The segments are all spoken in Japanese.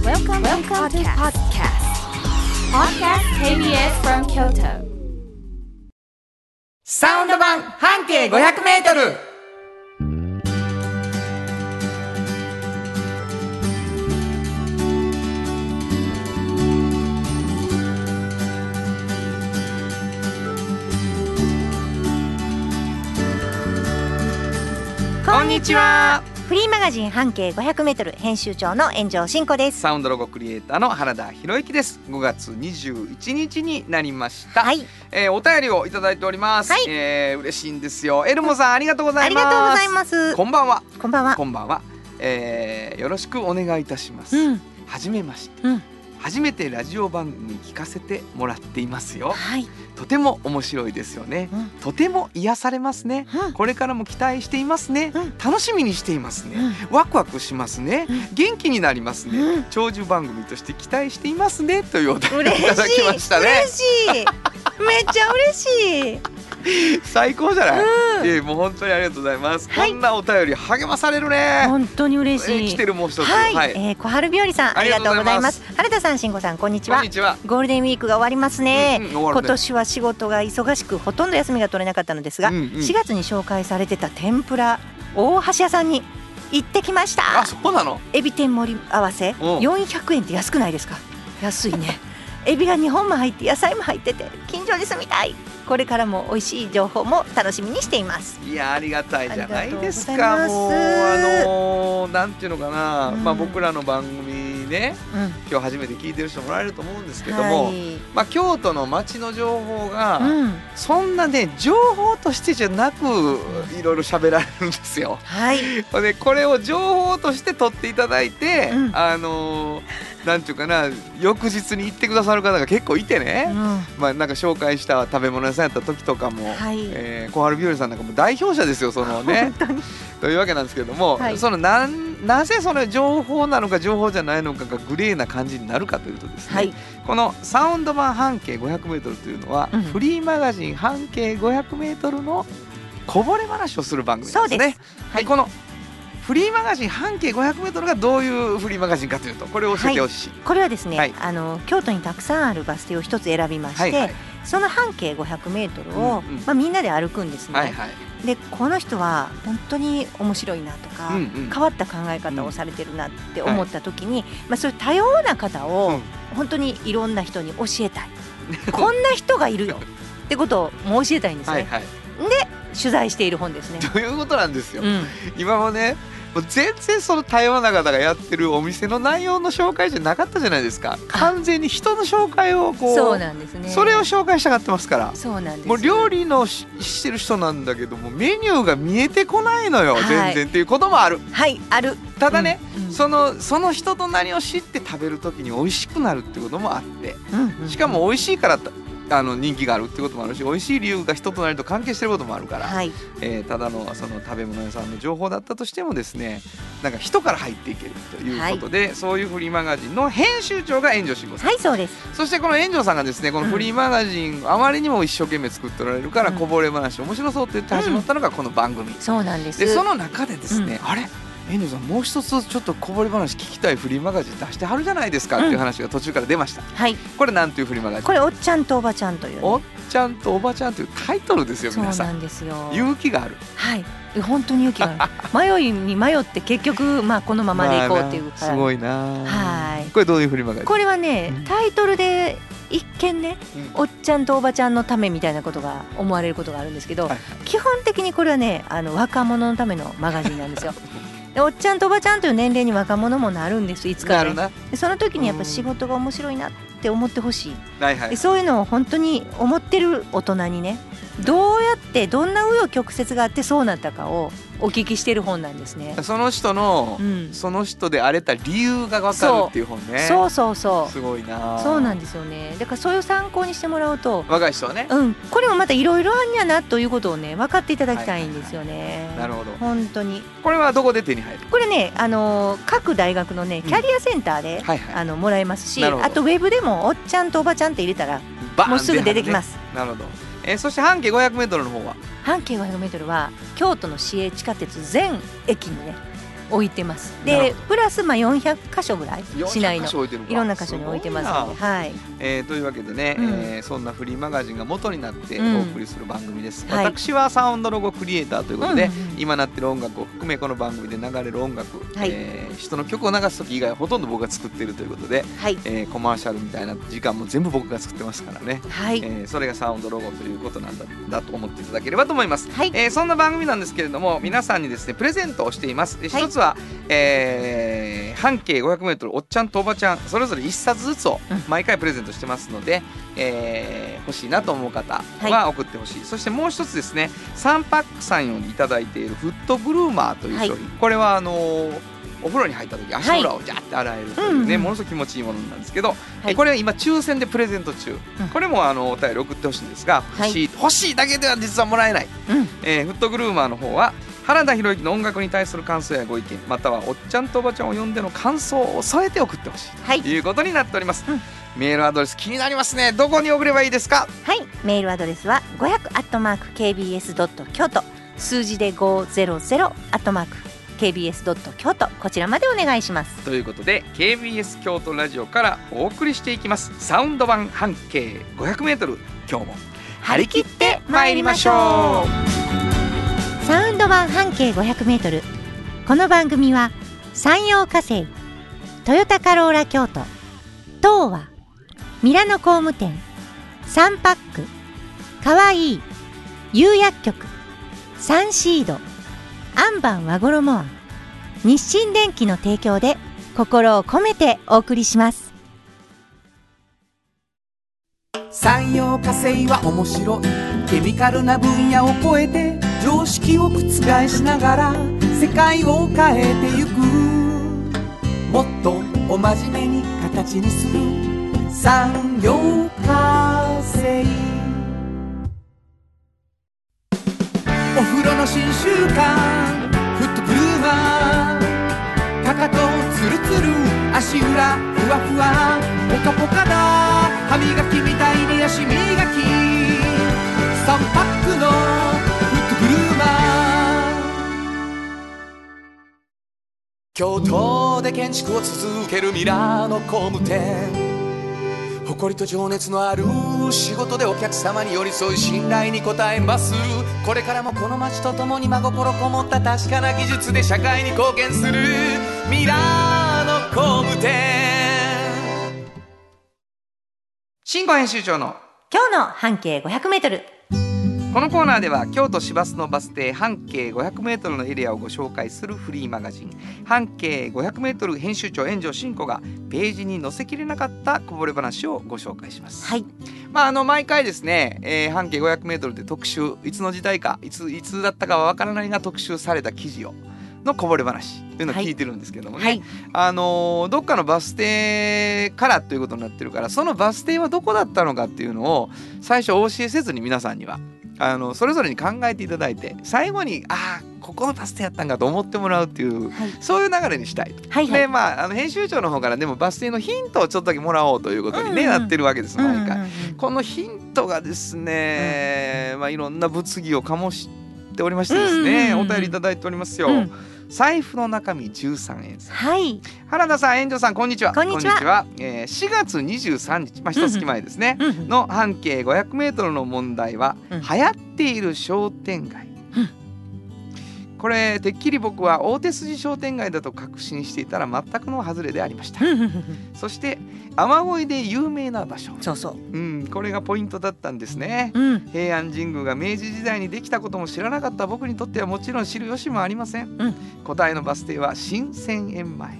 Welcome to podcast KBS from Kyoto. サウンド版半径500メートル。こんにちは。 フリーマガジン半径 500m 編集長の炎上真子です。 サウンドロゴクリエイターの原田博之です。5月21日になりました。 はい、 お便りをいただいております。 はい、 嬉しいんですよ。エルモさんありがとうございます。 ありがとうございます。 こんばんは。 こんばんは。 こんばんは。よろしくお願いいたします。はじめまして。初めてラジオ番組聞かせてもらっていますよ。 はい、 とても面白いですよね。とても癒されますね。これからも期待していますね。楽しみにしていますね。ワクワクしますね。元気になりますね。長寿番組として期待していますね。というお便りいただきましたね。 嬉しい。めっちゃ嬉しい。 最高じゃない。もう本当にありがとうございます。こんなお便り励まされるね。 本当に嬉しい。 来てるもう一つ。 はい、小春日和さんありがとうございます。原田さん、慎吾さん、こんにちは。ゴールデンウィークが終わりますね。今年は仕事が忙しくほとんど休みが取れなかったのですが、4月に紹介されてた天ぷら大橋屋さんに行ってきました。 あ、そうなの。 エビ天盛り合わせ400円って安くないですか。安いね。エビが2本も入って野菜も入ってて近所に住みたい。これからも美味しい情報も楽しみにしています。 いや、ありがたいじゃないですか。もうなんていうのかな、僕らの番組ね、今日初めて聞いてる人もらえると思うんですけども、京都の街の情報が、そんなね情報としてじゃなくいろいろ喋られるんですよ。でこれを情報として取っていただいて、なんていうかな、翌日に行ってくださる方が結構いてね、なんか紹介した食べ物屋さんやった時とかも、小春日和さんなんかも代表者ですよ、そのね。というわけなんですけども、そのなぜその情報なのか情報じゃないのかがグレーな感じになるかというとですね、このサウンド版半径 500m というのは、フリーマガジン半径 500m のこぼれ話をする番組なんですね。このフリーマガジン半径 500m がどういうフリーマガジンかというと、これを教えてほしい。 これはですね、京都にたくさんあるバス停を一つ選びまして、その半径 500m を、みんなで歩くんですね。でこの人は本当に面白いなとか、変わった考え方をされてるなって思った時に、そういう多様な方を本当にいろんな人に教えたい。こんな人がいるよってことをもう教えたいんですね。で取材している本ですね。 ということなんですよ。今もね、もう全然その多様な方がやってるお店の内容の紹介じゃなかったじゃないですか。完全に人の紹介をこう、 そうなんですね。 それを紹介したがってますから。 そうなんです。 もう料理のしてる人なんだけども、メニューが見えてこないのよ、全然っていうこともある。 ある。 ただね、その人となりを知って食べるときに美味しくなるってこともあって、しかも美味しいから人気があるってこともあるし、美味しい理由が人となりと関係してることもあるから、ただのその食べ物屋さんの情報だったとしてもですね、なんか人から入っていけるということで、そういうフリーマガジンの編集長が炎上慎吾さん。 そうです。 そしてこの炎上さんがですね、このフリーマガジンあまりにも一生懸命作っておられるから、こぼれ話面白そうって言って始まったのがこの番組。 そうなんです。 でその中でですね、あれ遠藤さん、もう一つちょっとこぼれ話聞きたいフリーマガジン出してはるじゃないですかっていう話が途中から出ました。これなんていうフリーマガジン？ これおっちゃんとおばちゃんという、 おっちゃんとおばちゃんというタイトルですよ。皆さん、 そうなんですよ。 勇気がある。 本当に勇気がある。迷いに迷って結局このままでいこうっていう、 すごいな。これどういうフリーマガジン？ これはね、タイトルで一見ね、おっちゃんとおばちゃんのためみたいなことが思われることがあるんですけど、基本的にこれはね、若者のためのマガジンなんですよ。おっちゃんとおばちゃんという年齢に若者もなるんです、いつかね。その時にやっぱ仕事が面白いなって思ってほしい。そういうのを本当に思ってる大人にね、どうやってどんな紆余曲折があってそうなったかをお聞きしてる本なんですね。 その人の、その人であれた理由が分かるっていう本ね。 そうすごいな。 そうなんですよね。だからそういう参考にしてもらうと、 若い人はね、 これもまたいろいろあんやなということをね、分かっていただきたいんですよね。 なるほど。 本当に。 これはどこで手に入る？ これね、各大学のねキャリアセンターで、もらえますし、あとウェブでもおっちゃんとおばちゃんって入れたらもうすぐ出てきます。 なるほど。そして半径 500m の方は？ 半径 500m は京都の市営地下鉄全駅にね置いてます。でプラス400箇所ぐらい市内のいろんな箇所に置いてますので、はい。 というわけでね、そんなフリーマガジンが元になってお送りする番組です。私はサウンドロゴクリエイターということで、今なってる音楽を含めこの番組で流れる音楽、人の曲を流す時以外はほとんど僕が作っているということで、コマーシャルみたいな時間も全部僕が作ってますからね、それがサウンドロゴということなんだと思っていただければと思います。そんな番組なんですけれども、皆さんにですねプレゼントをしています。一つは、半径 500m おっちゃんとおばちゃんそれぞれ1冊ずつを毎回プレゼントしてますので、欲しいなと思う方は送ってほしい、そしてもう一つですね、サンパックさんよりいただいているフットグルーマーという商品、これはお風呂に入った時足の裏をジャーって洗えるというね、ものすごく気持ちいいものなんですけど、これは今抽選でプレゼント中、これもお便り送ってほしいんですが、欲しいだけでは実はもらえない、フットグルーマーの方は原田博之の音楽に対する感想やご意見、またはおっちゃんとおばちゃんを呼んでの感想を添えて送ってほしいということになっております。メールアドレス気になりますね。どこに送ればいいですか？ はい、メールアドレスは500@kbs.kyoto、数字で500@kbs.kyoto、こちらまでお願いします。 ということで KBS 京都ラジオからお送りしていきますサウンド版半径 500m、 今日も張り切ってまいりましょう。 サウンド版半径 500m、 この番組は山陽火星、トヨタカローラ京都、東和、ミラノ工務店、サンパック、かわいい、釉薬局、サンシード、アンバン和衣庵、日清電機の提供で心を込めてお送りします。 産業化成は面白い、ケミカルな分野を超えて常識を覆しながら世界を変えてゆく、もっとお真面目に形にする産業化成。お風呂の新習慣フットブルーマー、かかとツルツル足裏ふわふわポカポカだ、歯磨きみたいに足磨き、3パックのフットブルーマー。京都で建築を続けるミラノ工務店、誇りと情熱のある仕事でお客様に寄り添い信頼に応えます。これからもこの街とともに真心こもった確かな技術で社会に貢献するミラノ工務店。 新語編集長の今日の半径 500m。 このコーナーでは京都市バスのバス停半径 500m のエリアをご紹介するフリーマガジン半径 500m 編集長円城真子がページに載せきれなかったこぼれ話をご紹介します。 はい。 毎回ですね、半径 500m で特集、いつの時代かいつだったかはわからないが特集された記事のこぼれ話というのを聞いてるんですけどもね、どっかのバス停からということになってるから、そのバス停はどこだったのかっていうのを最初お教えせずに皆さんにはそれぞれに考えていただいて、最後にここのバス停やったんかと思ってもらうっていう、そういう流れにしたい。で編集長の方からでもバス停のヒントをちょっとだけもらおうということに、なってるわけです。毎回このヒントがですね、いろんな物議を醸しておりましてですね、お便りいただいておりますよ。財布の中身13円さん、原田さん、遠藤さん、こんにちは。 こんにちは。 4月23日、一月前ですね、の半径 500m の問題は、流行っている商店街、これてっきり僕は大手筋商店街だと確信していたら全くの外れでありましたそして雨乞いで有名な場所、これがポイントだったんですね。平安神宮が明治時代にできたことも知らなかった僕にとってはもちろん知る由もありません。答えのバス停は新千円前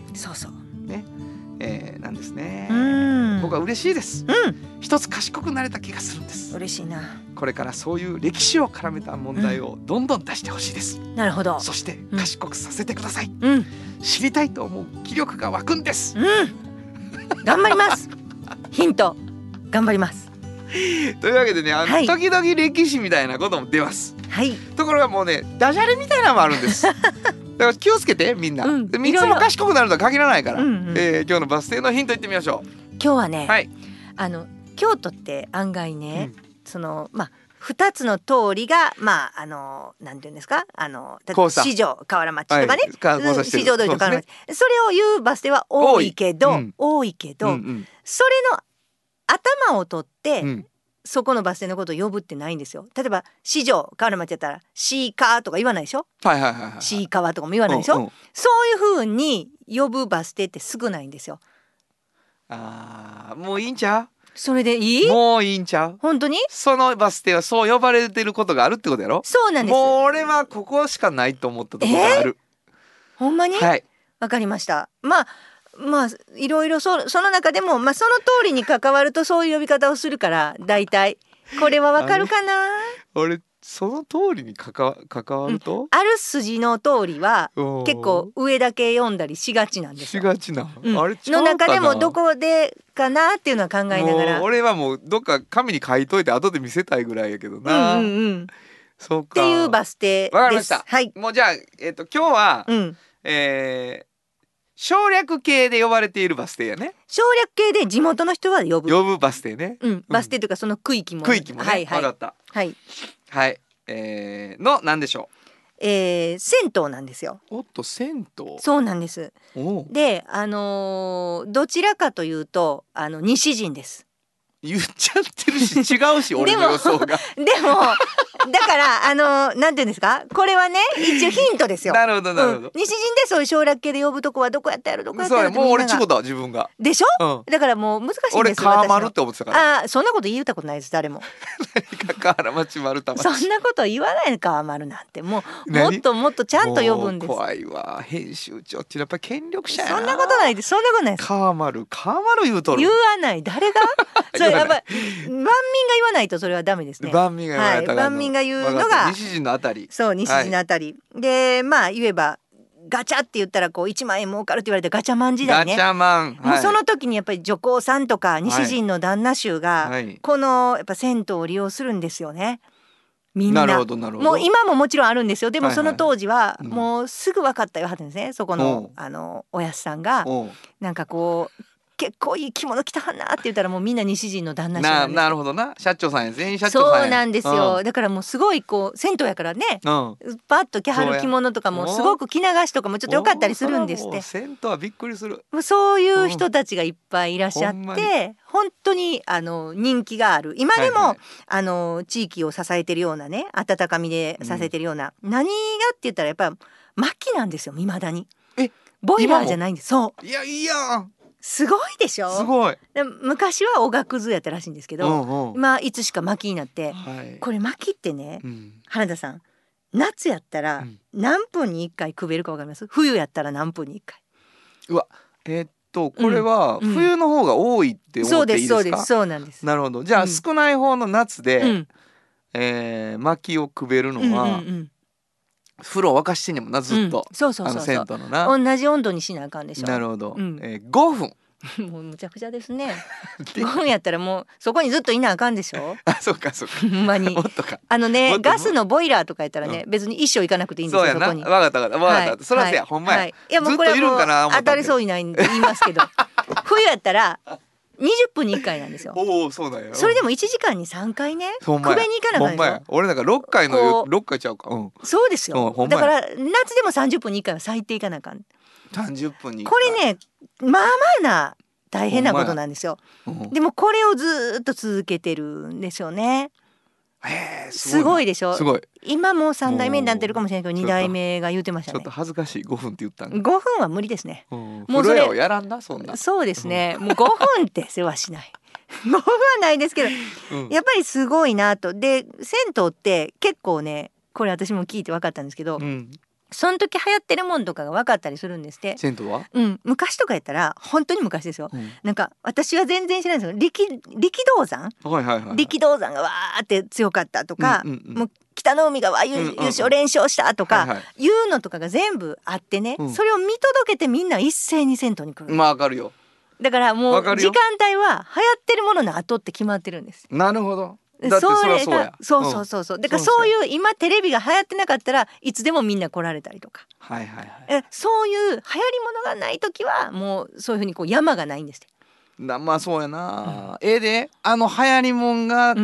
なんですね。僕は嬉しいです。一つ賢くなれた気がするんです。 嬉しいな。 これからそういう歴史を絡めた問題をどんどん出してほしいです。 なるほど。 そして賢くさせてください。知りたいと思う気力が湧くんです。 頑張りますヒント頑張りますというわけでね、時々歴史みたいなことも出ます。ところがもうね、ダジャレみたいなのもあるんですだから気をつけてみんな、いつも賢くなるとは限らないから、今日のバス停のヒントいってみましょう。 今日はね、京都って案外ね、 2つの通りがまあなんていうんですか四条河原町とかね、 はい、 四条通りと河原町 それを言うバス停は多いけど、それの頭を取って、そこのバス停のことを呼ぶってないんですよ。例えば四条河原町やったらシーカーとか言わないでしょ、シーカワとかも言わないでしょ、そういう風に呼ぶバス停って少ないんですよ。 もういいんちゃう？ それでいい？ もういいんちゃう？ 本当に？ そのバス停はそう呼ばれてることがあるってことやろ？ そうなんです。 もう俺はここしかないと思ったところがある。 ほんまに？はい、わかりました。まあいろいろその中でも、その通りに関わるとそういう呼び方をするからだいたいこれはわかるかな？俺その通りに関わると、 ある筋の通りは結構上だけ読んだりしがちなんですよ。 しがちな、 あれの中でもどこでかなっていうのは考えながら、 俺はもうどっか紙に書いといて後で見せたいぐらいやけどな。そうかっていうバス停です。 わかりました。 はい。 もうじゃあ今日は、省略形で呼ばれているバス停やね。省略形で地元の人は呼ぶバス停ね。 バス停というかその区域もね。分かった。はい。の何でしょう。 銭湯なんですよ。 おっと、銭湯。 そうなんです。でどちらかというと西陣です。 言っちゃってるし違うし俺の予想が。 でもだからなんていうんですか、これはね一応ヒントですよ。 なるほどなるほど。 西陣でそういう省略形で呼ぶとこはどこやったやろ、どこやったやろ。 もう俺違うだ自分が。 でしょ。だからもう難しいんですよ。 俺川丸って思ってたから。 そんなこと言ったことないです誰も。 河原町丸太町。 そんなこと言わないの川丸なんて、もっともっとちゃんと呼ぶんです。 怖いわ、編集長ってやっぱ権力者やな。そんなことないです。そんなことないです。 川丸言うとる。 言わない誰がそれやっぱ万民が言わないとそれはダメですね。 万民が言わないと、 万民が言うのが西陣のあたり。 そう、西陣のあたり、で言えばガチャって言ったらこう1万円儲かるって言われてガチャマン時代ね。 ガチャマン、 もうその時にやっぱり女工さんとか西陣の旦那衆がこのやっぱ銭湯を利用するんですよね。みんな。 なるほどなるほど。 もう今ももちろんあるんですよ。でもその当時はもうすぐ分かったよはずですね。そこのおやすさんがなんかこう結構いい着物着たはんなって言ったらもうみんな西陣の旦那さんなるほどな。社長さんや、全員社長さんや。 そうなんですよ。だからもうすごいこう銭湯やからね、パッと着はる着物とかもすごく着流しとかもちょっと良かったりするんですって。 銭湯はびっくりする。 そういう人たちがいっぱいいらっしゃって、本当に人気がある。今でも、地域を支えてるようなね、温かみで支えてるような、何がって言ったらやっぱ薪なんですよ。未だにボイラーじゃないんです。そう、 いやんすごいでしょ。 すごい。 昔はおがくずやったらしいんですけど、いつしか薪になって、これ薪ってね、原田さん、夏やったら何分に1回くべるかわかります？冬やったら何分に1回。 うわ、これは冬の方が多いって思っていいですか？ そうです、そうなんです。 なるほど。じゃあ少ない方の夏で薪をくべるのは風呂沸かしてんねもな、ずっと。 そう銭湯のな同じ温度にしなあかんでしょ。 なるほど。5分。 もうむちゃくちゃですね。5分やったらもうそこにずっといなあかんでしょ。 そうかそうか。 ほんまに。 もっとか。 ガスのボイラーとかやったらね、別に一生行かなくていいんですよ。そこに。 分かった。そらせや、ほんまや。 いやもうこれはもう当たりそうにないんで言いますけど、冬やったら20分に1回なんですよ。 おお、そうだよ。 それでも1時間に3回ね、くべに行かなあかんでしょ。 俺なんか6回の6回ちゃうか。 そうですよ。だから夏でも30分に1回は最低行かなあかん。 30分に1回。 これね、まあまあな大変なことなんですよ。でもこれをずっと続けてるんですよね。すごいでしょ。 すごい。 今もう3代目になってるかもしれないけど、2代目が言ってましたね。 ちょっと恥ずかしい。5分って言ったん。 5分は無理ですね。 もうそれをやらんな、そんな。 そうですね。もう5分って世話しない。5分はないですけど、やっぱりすごいなと。で、銭湯って結構ね、これ私も聞いて分かったんですけど、その時流行ってるもんとかが分かったりするんですって。 銭湯は？ 昔とかやったら本当に昔ですよ。なんか私は全然知らないんですけど、力道山、力道山がわーって強かったとか、もう北の海が優勝連勝したとかいうのとかが全部あってね、それを見届けてみんな一斉に銭湯に来る。 まあわかるよ。 だからもう時間帯は流行ってるものの後って決まってるんです。 なるほど。だってそりゃそうや。 そう。だからそういう今テレビが流行ってなかったらいつでもみんな来られたりとか。そういう流行り物がない時はもうそういうふうにこう山がないんです。 まあそうやな。で流行り物が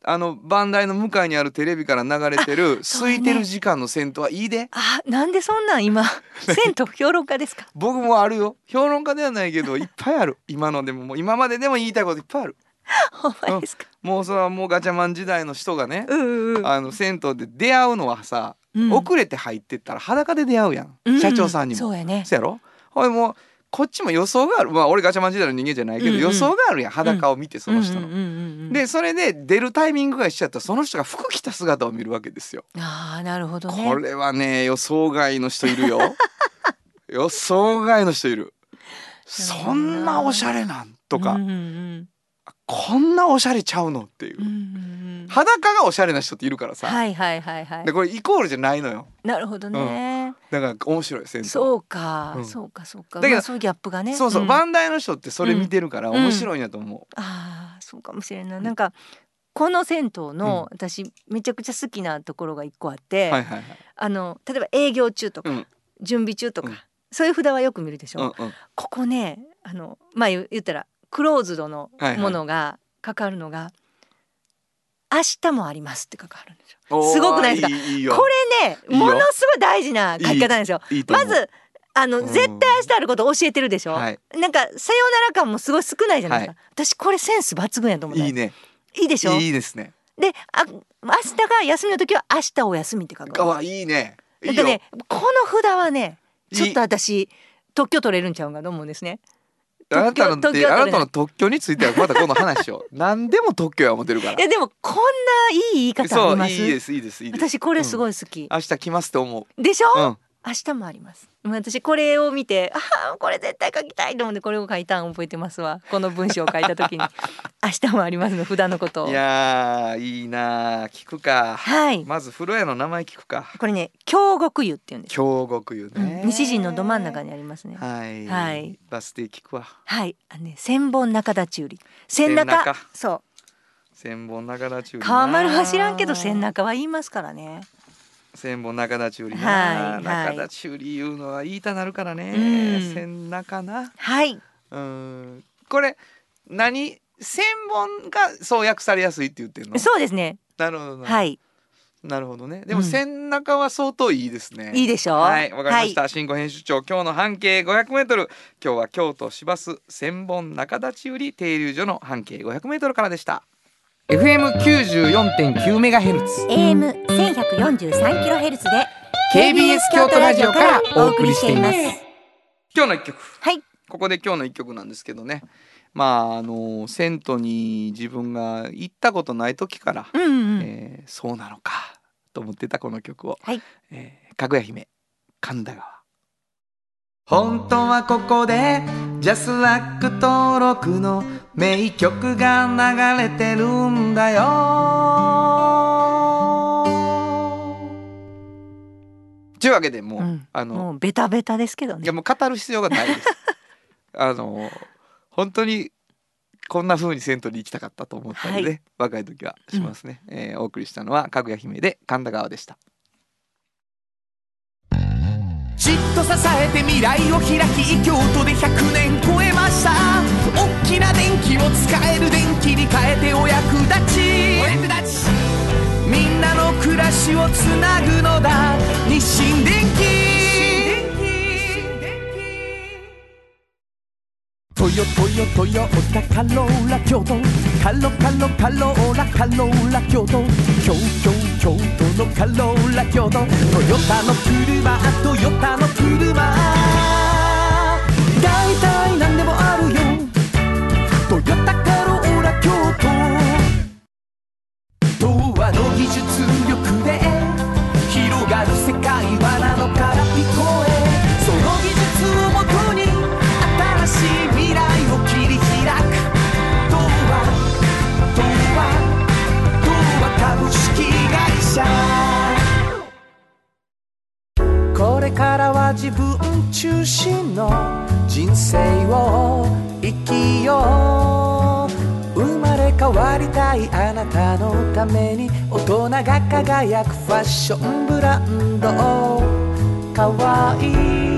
バンダイの向かいにあるテレビから流れてる空いてる時間の銭湯はいいで。 なんでそんなん今銭湯評論家ですか？ 僕もあるよ。評論家ではないけどいっぱいある。今のでも、もう今まででも言いたいこといっぱいある。 ほんまですか？ もうそれはもうガチャマン時代の人がね、銭湯で出会うのはさ、遅れて入ってったら裸で出会うやん、社長さんにも。 そうやね。 そうやろ。ほいもうこっちも予想がある。俺ガチャマン時代の人間じゃないけど、予想があるやん、裸を見てその人の。でそれで出るタイミングが一緒やったらその人が服着た姿を見るわけですよ。 なるほどね。 これはね予想外の人いるよ。予想外の人いる。そんなおしゃれなんとか、こんなおしゃれちゃうのっていう、裸がおしゃれな人っているからさ。でこれイコールじゃないのよ。 なるほどね。 だから面白い銭湯。 そうか。だからそういうギャップがね。 バンダイの人ってそれ見てるから面白いんやと思う。 そうかもしれんない。なんかこの銭湯の私めちゃくちゃ好きなところが一個あって、例えば営業中とか準備中とかそういう札はよく見るでしょ。ここね言ったらクローズドのものがかかるのが明日もありますってかかるんですよ。すごくないですか？これねものすごい大事な書き方なんですよ。まず絶対明日あることを教えてるでしょ。なんかさよなら感もすごい少ないじゃないですか。私これセンス抜群やと思った。いいね。いいでしょ。 いいですね。 で明日が休みの時は明日お休みって書く。 いいね。 なんかねこの札はねちょっと私特許取れるんちゃうかと思うんですね。 あなたの特許についてはまた今度話しよう。何でも特許は持てるから。 いやでもこんないい言い方あります。 いいです。 私これすごい好き。 明日来ますって思う。 でしょ？明日もあります。私これを見てこれ絶対書きたいと思ってこれを書いたん覚えてますわ。この文章を書いた時に明日もありますの札のことを。 いやいいな。聞くか。まず風呂屋の名前聞くか。 これね京極湯って言うんです。 京極湯ね。 西陣のど真ん中にありますね。 バス停聞くわ。 千本中立ち売り。千中。そう。 千本中立ち売り。 川丸は知らんけど千中は言いますからね。 千本中立ち売りな。中立ち売り言うのは言いたなるからね。千中な。これ千本がそう訳されやすいって言ってるの？そうですね。なるほどなるほどね。でも千中は相当いいですね。いいでしょう。わかりました。新語編集長今日の半径 500m、 今日は京都市バス千本中立ち売り停留所の半径 500m からでした。FM94.9MHz、 AM1143kHz で KBS 京都ラジオからお送りしています。今日の一曲、ここで今日の一曲なんですけどね、銭湯に自分が行ったことない時から、そうなのかと思ってたこの曲を、かぐや姫神田川。本当はここでジャスラック登録の名曲が流れてるんだよ。というわけでもう、もうベタベタですけどね。いやもう語る必要がないです。本当にこんな風に銭湯に行きたかったと思ったりね、若い時はしますね。お送りしたのはかぐや姫で神田川でした。 じっと支えて未来を開き京都で100年超えました。大きな電気を使える電気に変えてお役立ち、みんなの暮らしをつなぐのだ日清電気。トヨタカローラ京都、カローラ京都、京都のカローラ京都、トヨタの車、だいたいなんでもあるよ、トヨタカローラ京都。童話の技術力で広がる世界はなのから聞こえ、その技術をもとに新しい未来を切り開く。東和株式会社。これからは自分中心の人生を生きよう。生まれ変わりたいあなたのために大人が輝くファッションブランドかわいい。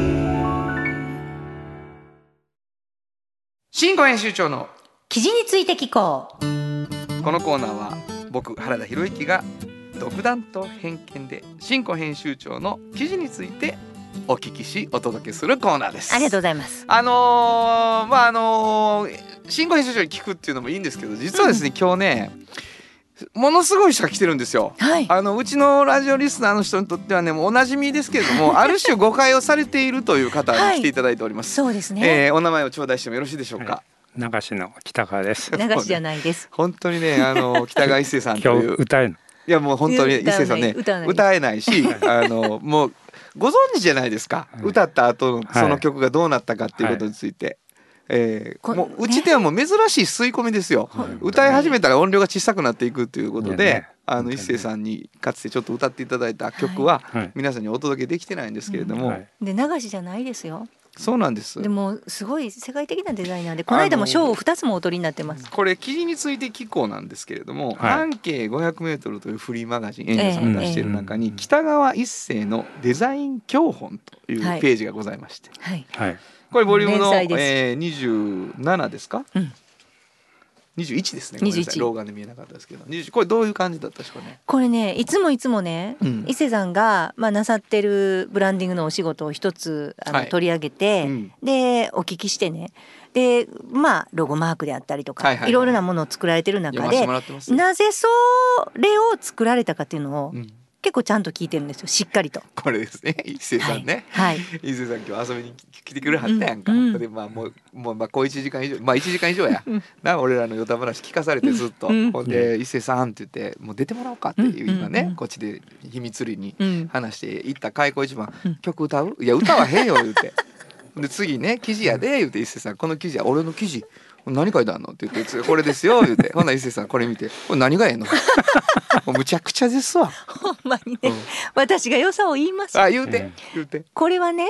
新語編集長の記事について聞こう。 このコーナーは僕原田博之が独断と偏見で新庫編集長の記事についてお聞きしお届けするコーナーです。 ありがとうございます。 新庫編集長に聞くっていうのもいいんですけど、実はですね、今日ねものすごい人が来てるんですよ、 はい、 うちのラジオリスナーの人にとってはねもうおなじみですけれどもある種誤解をされているという方に来ていただいております、 はい、そうですね、 お名前を頂戴してもよろしいでしょうか。 流しの北川です。 流しじゃないです。 本当にね北川一生さんという今日歌えるの？ いやもう本当に一生さんね歌えないしもうご存知じゃないですか、歌った後のその曲がどうなったかっていうことについて、もううちではもう珍しい吸い込みですよ、歌い始めたら音量が小さくなっていくということで、一生さんにかつてちょっと歌っていただいた曲は皆さんにお届けできてないんですけれども、 で流しじゃないですよ。 そうなんです。 でもすごい世界的なデザイナーで、この間も賞を2つもお取りになってます。 これ記事について寄稿なんですけれども、半径 500m というフリーマガジンエンジェさんが出している中に、北川一生のデザイン教本というページがございまして、これボリュームの、27ですか、21ですね。ごめんなさい、老眼で見えなかったですけど、これどういう感じだったでしょうね。 これねいつもね、伊勢さんが、なさってるブランディングのお仕事を一つ取り上げて、でお聞きしてね、でロゴマークであったりとか、いろいろなものを作られてる中で、なぜそれを作られたかっていうのを、結構ちゃんと聞いてるんですよ、しっかりと。 これですね、伊勢さんね、伊勢さん今日遊びに来てくれはったやんか、でもう小1時間以上1時間以上やな、俺らのヨタ話聞かされてずっと、ほんで伊勢さんって言ってもう出てもらおうかっていう今ね、こっちで秘密裏に話していった開口一番、曲歌う？いや歌わへんよ言うてで次ね記事やで言うて、伊勢さんこの記事は俺の記事何書いてあんのって言って、これですよ言うて、ほな伊勢さんこれ見て、これ何がええのもうむちゃくちゃですわほんまにね、私が良さを言います。 言うてこれはね、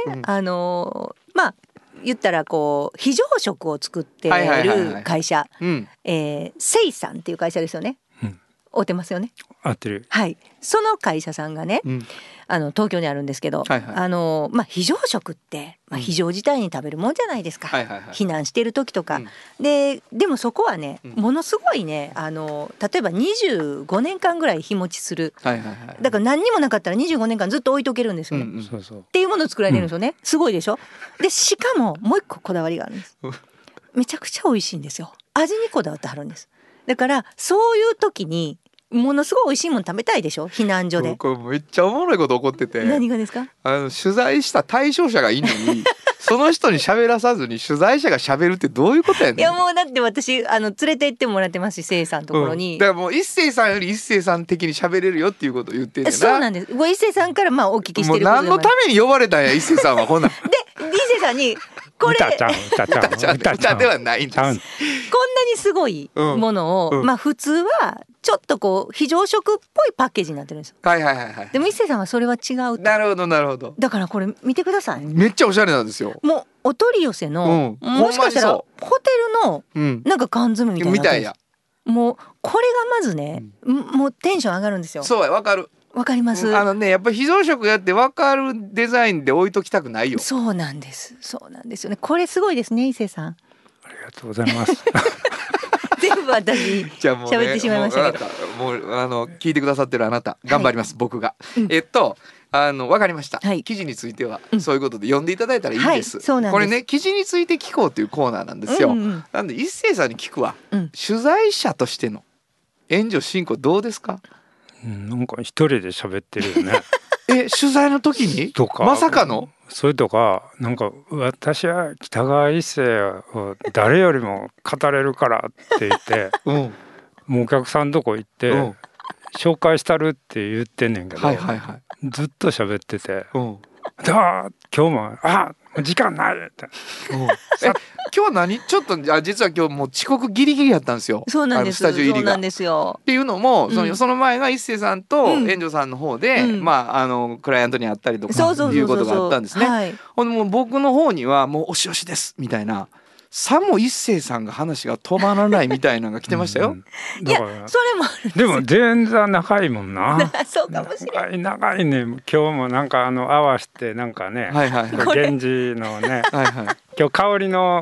言ったら非常食を作っている会社、セイさんっていう会社ですよね。合ってますよね。 合ってる。 はい。その会社さんがね、東京にあるんですけど、非常食って、非常事態に食べるもんじゃないですか。避難している時とか、でもそこはね、ものすごいね、例えば25年間ぐらい日持ちする。だから何にもなかったら25年間ずっと置いとけるんですよね。っていうものを作られてるんですよね。すごいでしょ。でしかももう一個こだわりがあるんです。めちゃくちゃ美味しいんですよ。味にこだわってはるんです。だからそういう時にものすごい美味しいもの食べたいでしょ、避難所で。 これめっちゃおもろいこと起こってて。 何がですか？ 取材した対象者がいいのにその人に喋らさずに取材者が喋るってどういうことやねん。 いやもうだって私連れて行ってもらってますし、せいさんのところに、 だからもう一生さんより一生さん的に喋れるよっていうことを言ってんねんな。 そうなんです。一生さんからお聞きしてることでもう何のために呼ばれたんや一生さんは。こんなんで一生さんにこれ歌ではないんです。こんなにすごいものを、普通はちょっと非常食っぽいパッケージになってるんですよ。でも一生さんはそれは違うと。 なるほど。 だからこれ見てください。 めっちゃおしゃれなんですよ。 もうお取り寄せの、もしかしたらホテルのなんか缶詰みたいな。みたいや。もうこれがまずね、もうテンション上がるんですよ。 そうや、わかる。 わかります。 やっぱり非常食やってわかるデザインで置いときたくないよ。 そうなんですよね。これすごいですね、伊勢さん。 ありがとうございます。 全部私喋ってしまいましたけど、 もう聞いてくださってるあなた頑張ります、僕が。わかりました、記事についてはそういうことで読んでいただいたらいいです、これね記事について聞こうというコーナーなんですよ、なんで一生さんに聞くわ、取材者としての援助進行どうですか？ なんか一人で喋ってるよね。 取材の時にとかまさかのそれとか、なんか私は北川一生を誰よりも語れるからって言って、もうお客さんとこ行って、紹介したるって言ってんねんけど、ずっと喋ってて、今日も時間ないって。 今日何ちょっと実は今日もう遅刻ギリギリやったんですよ。 そうなんです。 スタジオ入りが。 そうなんですよ。 っていうのも、その前が一生さんと援助さんの方で、クライアントに会ったりとかいうことがあったんですね。ほんでもう僕の方にはもうおしおしですみたいな。さも一生さんが話が止まらないみたいなのが来てましたよ。 いやそれもあるんですよ。 でも前座長いもんな。 そうかもしれない。 長いね。今日もなんか合わせてなんかね、源氏のね、今日香りの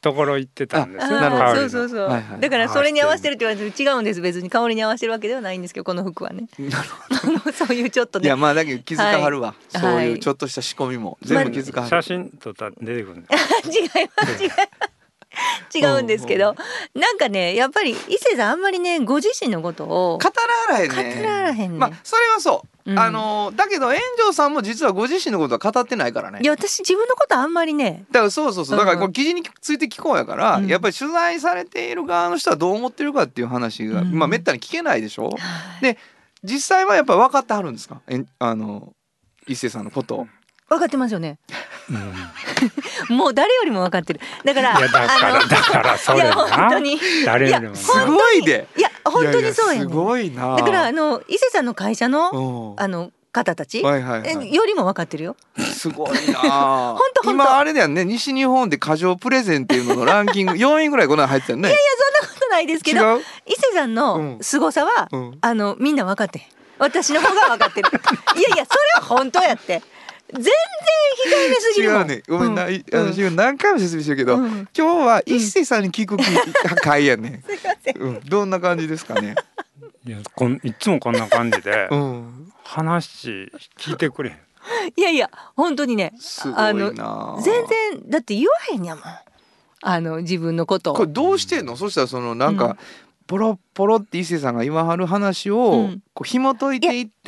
ところ行ってたんですよ。 そうそうそう、はいはい、だからそれに合わせてるって言われて違うんです。別に香りに合わせてるわけではないんですけど、この服はね。なるほどそういうちょっとね、 いやまあだけど気づかはるわ、はい、そういうちょっとした仕込みも全部気づかはる、 写真撮ったら出てくるん違います違うんですけど、なんかねやっぱり伊勢さんあんまりねご自身のことを語られへんね。まあそれはそう、だけど炎上さんも実はご自身のことは語ってないからね。 いや私自分のことあんまりね、 だからそうだからこれ記事について聞こうやから、やっぱり取材されている側の人はどう思ってるかっていう話が、まあめったに聞けないでしょ、で実際はやっぱり分かってはるんですか、伊勢さんのことを。 分かってますよね、もう誰よりも分かってる。だからだからそれな、 本当に誰よりもすごいで、 いや本当にそうやね。 すごいな。 だから伊勢さんの会社の方たち、よりも分かってるよ。 すごいな本当今あれだよね、西日本で過剰プレゼンっていうののランキング4位ぐらいこの間入ってたよね。 いやそんなことないですけど、伊勢さんの凄さは、みんな分かってん。私の方が分かってるいやそれは本当やって。全然控えめすぎるもん。違うね、ごめんな、何回も説明してるけど、今日は一世さんに聞く会やね。すいません、 どんな感じですかね。 いつもこんな感じで、話聞いてくれへん。 いや本当にね、 すごいな。 全然だって言わへんやもん、自分のことを。 これどうしてんの？そしたらそのなんか、ポロポロって伊勢さんが言わはる話をこう紐解いていって、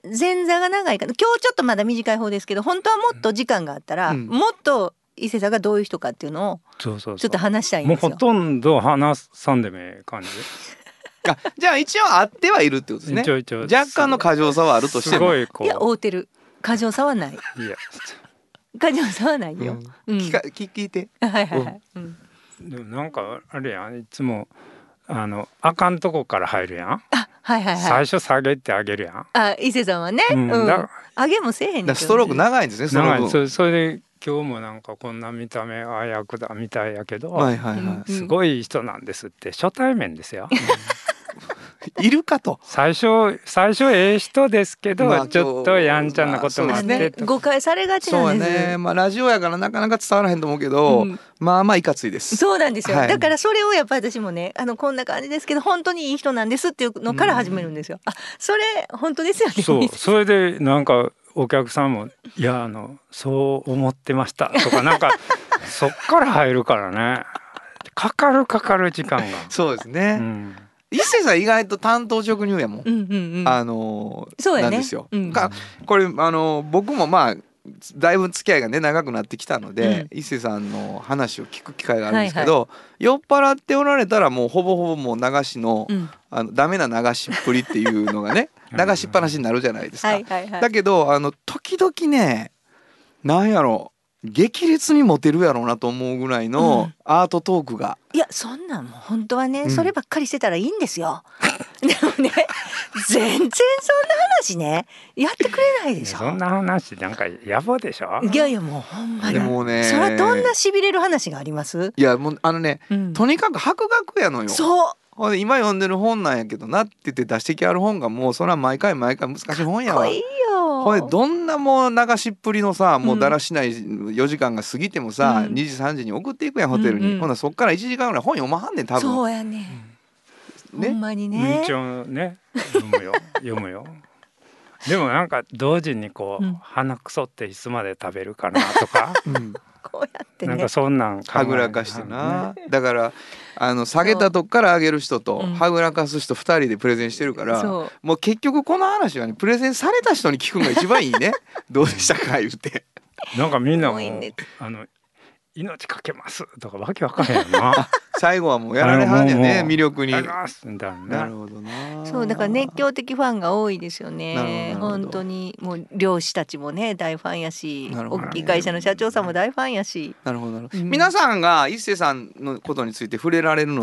前座が長いから今日ちょっとまだ短い方ですけど、本当はもっと時間があったら、もっと伊勢さんがどういう人かっていうのをちょっと話したいんですよ。 もうほとんど話さんでもいい感じじゃあ一応あってはいるってことですね。 一応若干の過剰さはあるとしても、 いや合うてる。過剰さはない。過剰さはないよ。 聞いて。 はいはいはい。 でもなんかあれやん、いつもあかんとこから入るやん。 はい最初下げてあげるやん。 伊勢さんはね、上げもせえへんねん。 ストローク長いんですね。 長い。それで今日もなんかこんな見た目あやくだみたいやけど、すごい人なんですって初対面ですよ。 いるかと。 最初ええ人ですけど、ちょっとやんちゃなこともあって、 誤解されがちなんです。 そうね。まあラジオやからなかなか伝わらへんと思うけど、まあいかついです。 そうなんですよ。だからそれをやっぱり私もね、こんな感じですけど本当にいい人なんですっていうのから始めるんですよ。それ本当ですよね。 それでなんかお客さんもいやそう思ってましたとかなんかそっから入るからね。かかる時間が。 そうですね。伊勢さん意外と担当直入やもん。 そうやね。 なんですよ。これ僕もまあだいぶ付き合いがね長くなってきたので、伊勢さんの話を聞く機会があるんですけど、酔っ払っておられたらもうほぼほぼもう流しの、ダメな流しっぷりっていうのがね流しっぱなしになるじゃないですか。だけど時々ね、なんやろ激烈にモテるやろうなと思うぐらいのアートトークが、 いやそんなんもう本当はね、そればっかりしてたらいいんですよ。でもね全然そんな話ねやってくれないでしょ。 そんな話なんか野暮でしょ。 いやもうほんまに。 でもね、 それはどんなしびれる話があります？ いやもうとにかく博学やのよ。 そう。 今読んでる本なんやけどなって言って出してきある本がもうそれは毎回難しい本やわ。 かっこいいよ。 これどんなもう流しっぷりのさ、もうだらしない4時間が過ぎてもさ、2時3時に送っていくやんホテルに。ほなそっから1時間ぐらい本読まはんねん多分。 そうやね。ほんまにね。 一応ね読むよ。でもなんか同時にこう、鼻くそっていつまで食べるかなとか。 こうやってね。 なんかそんなんはぐらかしてな。だから下げたとこから上げる人とはぐらかす人2人でプレゼンしてるから、もう結局この話はねプレゼンされた人に聞くのが一番いいね。どうでしたか言うて。 なんかみんなも命かけますとかわけわかんへんな。 最後はもうやられはんやね、魅力に。 やりますみたいな。 なるほどな。 そうだから熱狂的ファンが多いですよね。本当にもう漁師たちもね大ファンやし、大きい会社の社長さんも大ファンやし。 なるほど。皆さんが一世さんのことについて触れられるのって、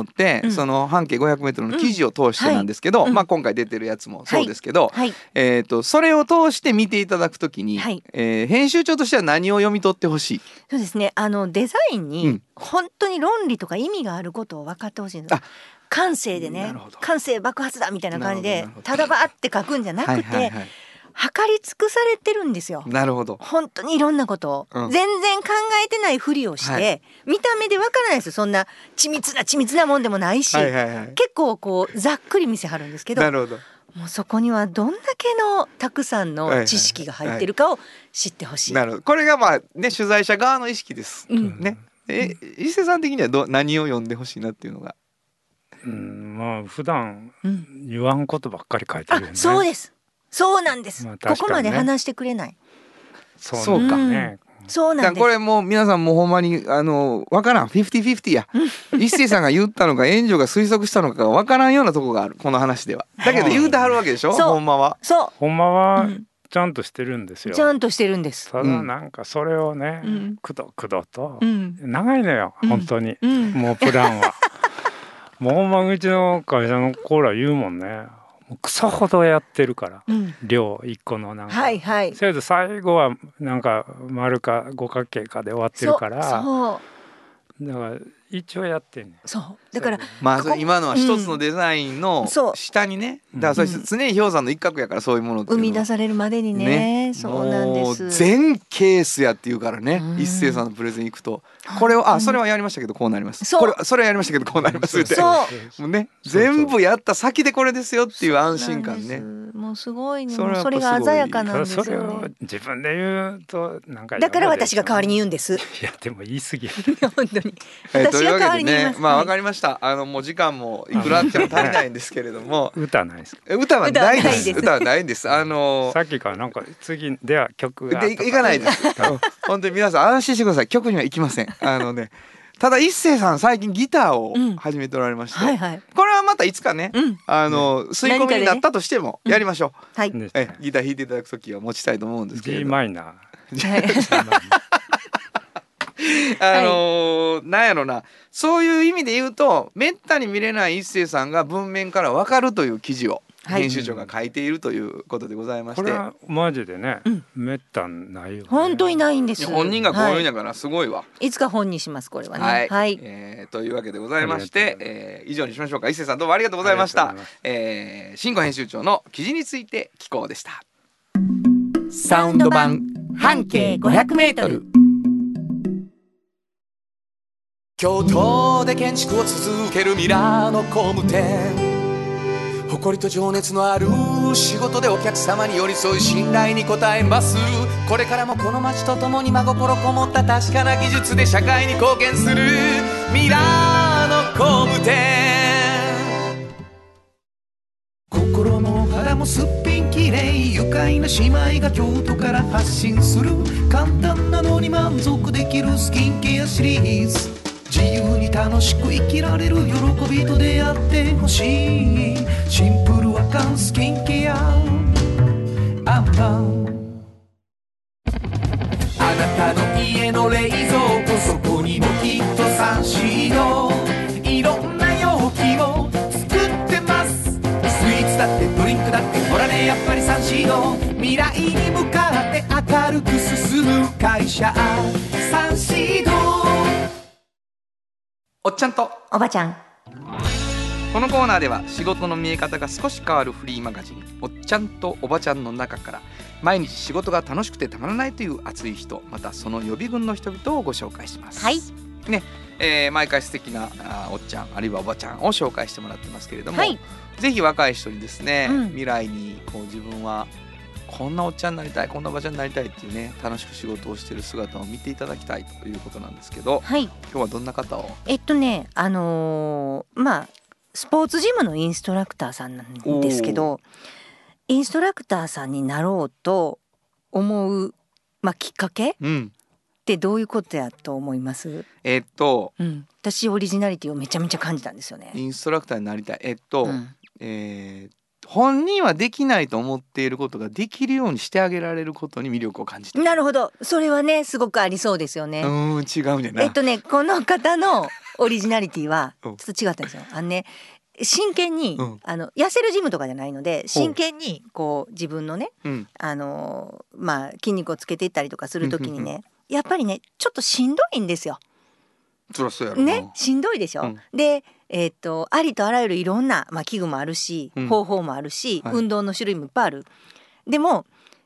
その半径 500m の記事を通してなんですけど、まあ今回出てるやつもそうですけど、それを通して見ていただくときに、編集長としては何を読み取ってほしい？ そうですね。デザインに本当に論理とか意味があることを分かってほしいんです。感性でね、感性爆発だみたいな感じでただバーって書くんじゃなくて、 測り尽くされてるんですよ。 なるほど。 本当にいろんなことを、全然考えてないふりをして、はい、見た目でわからないですよ。そんな緻密なもんでもないし、結構こうざっくり見せはるんですけど、 なるほど。 もうそこにはどんだけのたくさんの知識が入ってるかを知ってほしい。 なるほど。これがまあね、取材者側の意識です、ね。伊勢さん的には何を読んでほしいなっていうのが、 まあ普段言わんことばっかり書いてるよね。 そうです。そうなんです、まあ確かにね、ここまで話してくれない。 そうかね。 そうなんです。 これもう皆さんもほんまにわからん 50-50 や一星さんが言ったのか援助が推測したのかがわからんようなとこがある、この話では。だけど言うてはるわけでしょ、ほんまは。 ほんまはちゃんとしてるんですよ。 ちゃんとしてるんです。 ただなんかそれをね、くどと、長いのよ本当に、もうプランはもうほんまうちの会社のコーラ言うもんね、クソほどやってるから、量1個のなんか、せいぜい最後はなんか丸か五角形かで終わってるから、だから一応やってんねん。 そうだからまあ今のは一つのデザインの下にね、だからそれ常に氷山の一角やから、そういうものっていうのは生み出されるまでにね、そうなんです。 全ケースやっていうからね、一星さんのプレゼン行くとこれをそれはやりましたけどこうなります、それはやりましたけどこうなりますって、もうね全部やった先でこれですよっていう安心感ね。 もうすごいね、それが鮮やかなんですよね。 それを自分で言うとなんかだから私が代わりに言うんです。いやでも言い過ぎ本当に私が代わりに言います。 まあわかりました。もう時間もいくらあっても足りないんですけれども歌ないですか？ 歌はないです。歌はないんです。さっきからなんか次では曲がいかないです。本当に皆さん安心してください。曲には行きません。ただ一星さん最近ギターを始めておられまして、これはまたいつかね、吸い込みになったとしてもやりましょう。ギター弾いていただくときは持ちたいと思うんですけれど。 G マイナー。なんやろな、そういう意味で言うとめったに見れない一星さんが文面から分かるという記事を編集長が書いているということでございまして、 これはマジでね、めったにないよね。 本当にないんです。 本人がこういうんやからすごいわ。 いつか本にしますこれはね。はい、 というわけでございまして、以上にしましょうか。一星さんどうもありがとうございました。新語編集長の記事について聞こうでした。 サウンド版半径500メートル。京都で建築を続けるミラーの工務店、誇りと情熱のある仕事でお客様に寄り添い信頼に応えます。これからもこの街とともに真心こもった確かな技術で社会に貢献するミラーの工務店。心も肌もすっぴんきれい、愉快な姉妹が京都から発信する簡単なのに満足できるスキンケアシリーズ。自由に楽しく生きられる喜びと出会ってほしい。シンプルアカンスキンケアアンパン。あなたの家の冷蔵庫、そこにもきっとサンシード。いろんな容器を作ってます。スイーツだってドリンクだって、ほらねやっぱりサンシード。未来に向かって明るく進む会社サンシード。 おっちゃんとおばちゃん。 このコーナーでは仕事の見え方が少し変わるフリーマガジンおっちゃんとおばちゃんの中から毎日仕事が楽しくてたまらないという熱い人、またその予備軍の人々をご紹介します。 はいね、毎回素敵なおっちゃんあるいはおばちゃんを紹介してもらってますけれども、ぜひ若い人にですね、未来にこう自分はこんなおっちゃんになりたい、こんなおばちゃんになりたいっていうね、楽しく仕事をしている姿を見ていただきたいということなんですけど、今日はどんな方を？ まあスポーツジムのインストラクターさんなんですけど、インストラクターさんになろうと思う、きっかけ、ってどういうことやと思います？私オリジナリティをめちゃめちゃ感じたんですよね。 インストラクターになりたい。本人はできないと思っていることができるようにしてあげられることに魅力を感じて。 なるほど、それはねすごくありそうですよね。 違うねんな。 この方のオリジナリティはちょっと違ったんですよ。真剣に、痩せるジムとかじゃないので、真剣にこう自分のね、筋肉をつけていったりとかするときにね、やっぱりねちょっとしんどいんですよ。 そりゃそうやろな。 ね、しんどいでしょ。でありとあらゆるいろんな、器具もあるし、方法もあるし、運動の種類もいっぱいある。でも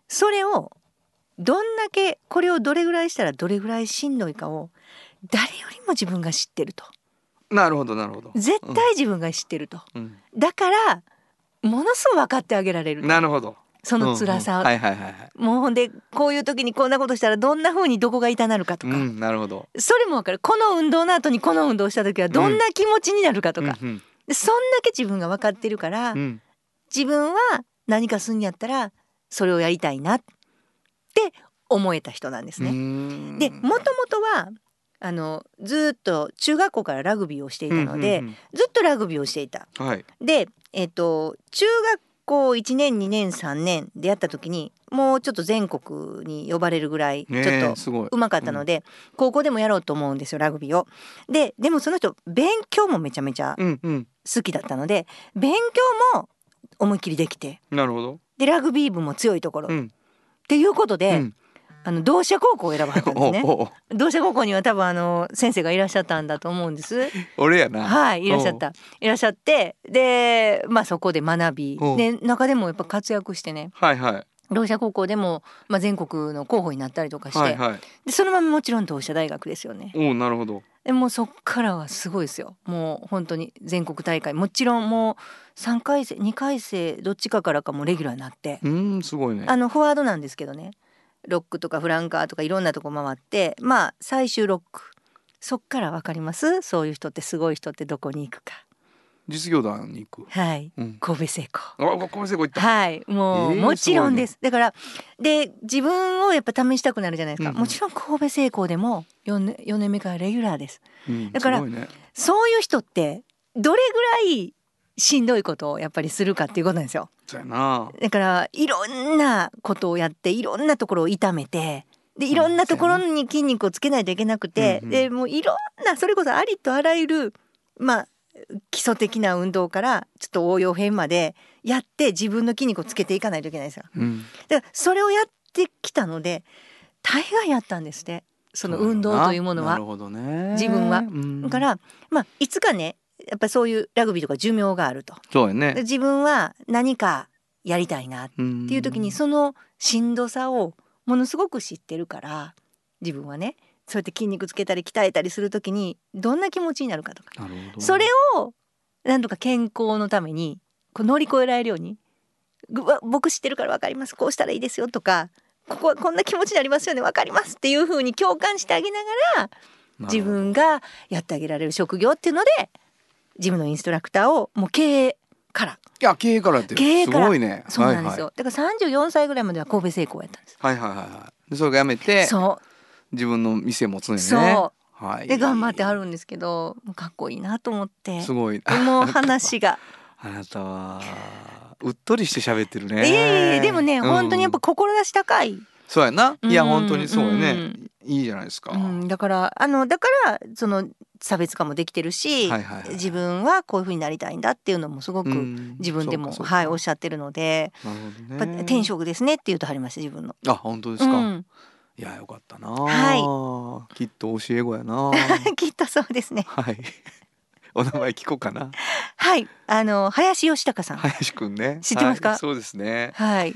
それをどんだけこれをどれぐらいしたらどれぐらいしんどいかを誰よりも自分が知ってると。 なるほどなるほど。 絶対自分が知ってると、だからものすごい分かってあげられる。 なるほど。 その辛さ、もうほんでこういう時にこんなことしたらどんな風にどこが痛なるかとか、 なるほど。 それも分かる。この運動の後にこの運動した時はどんな気持ちになるかとか、でそんだけ自分が分かってるから、自分は何かすんやったらそれをやりたいなって思えた人なんですね。でもともとはずっと中学校からラグビーをしていたので、ずっとラグビーをしていた。で、中学校1年2年3年でやった時にもうちょっと全国に呼ばれるぐらいちょっとうまかったので、高校でもやろうと思うんですよ、ラグビーを。でもその人勉強もめちゃめちゃ好きだったので、勉強も思いっきりできて、 なるほど。でラグビー部も強いところ、っていうことで、同志社高校を選ばはったんですね。同志社高校には多分先生がいらっしゃったんだと思うんです。 俺やな。 はい、いらっしゃって、でそこで学びで中でもやっぱ活躍してね、同志社高校でも、全国の候補になったりとかして、でそのままもちろん同志社大学ですよね。 なるほど。 でもうそっからはすごいですよ。もう本当に全国大会もちろんもう3回生2回生どっちかからかもレギュラーになって、 すごいね。 フォワードなんですけどね、ロックとかフランカーとかいろんなとこ回って、最終ロック、そっから分かります。そういう人ってすごい人ってどこに行くか。 実業団に行く。 はい、神戸製鋼。 神戸製鋼行った。 はい、もう、もちろんです。だからで自分をやっぱ試したくなるじゃないですか。もちろん神戸製鋼でも4年目からレギュラーです。だからそういう人ってどれぐらいしんどいことをやっぱりするかっていうことなんですよ。 そうやな。 だからいろんなことをやっていろんなところを痛めて、でいろんなところに筋肉をつけないといけなくて、でもういろんなそれこそありとあらゆる基礎的な運動からちょっと応用編までやって自分の筋肉をつけていかないといけないですよ。だからそれをやってきたので大概やったんですね、その運動というものは。 なるほどね。 自分は、だからいつかねやっぱりそういうラグビーとか寿命があると。 そうやね。 自分は何かやりたいなっていう時にそのしんどさをものすごく知ってるから、自分はねそうやって筋肉つけたり鍛えたりする時にどんな気持ちになるかとか、それをなんとか健康のために乗り越えられるように、僕知ってるから分かります、こうしたらいいですよとか、ここはこんな気持ちになりますよね、分かりますっていう風に共感してあげながら自分がやってあげられる職業っていうので、ジムのインストラクターをもう経営から。 いや経営からってすごいね。 そうなんですよ。だから34歳ぐらいまでは神戸製鋼やったんです。 でそれがやめて自分の店持つんですね。で頑張ってあるんですけど、かっこいいなと思って。 すごい。 もう話があなたはうっとりして喋ってるね。 でもね、本当にやっぱ志高い。 そうやな。いや本当にそうやね。いいじゃないですか。 だからその差別化もできてるし、自分はこういう風になりたいんだっていうのもすごく自分でもおっしゃってるので、転職ですねって言うとはりました、自分の。 本当ですか。いやよかったな。きっと教え子やな。 きっとそうですね。 お名前聞こうかな。 林義孝さん。 林くんね。 知ってますか。 そうですね。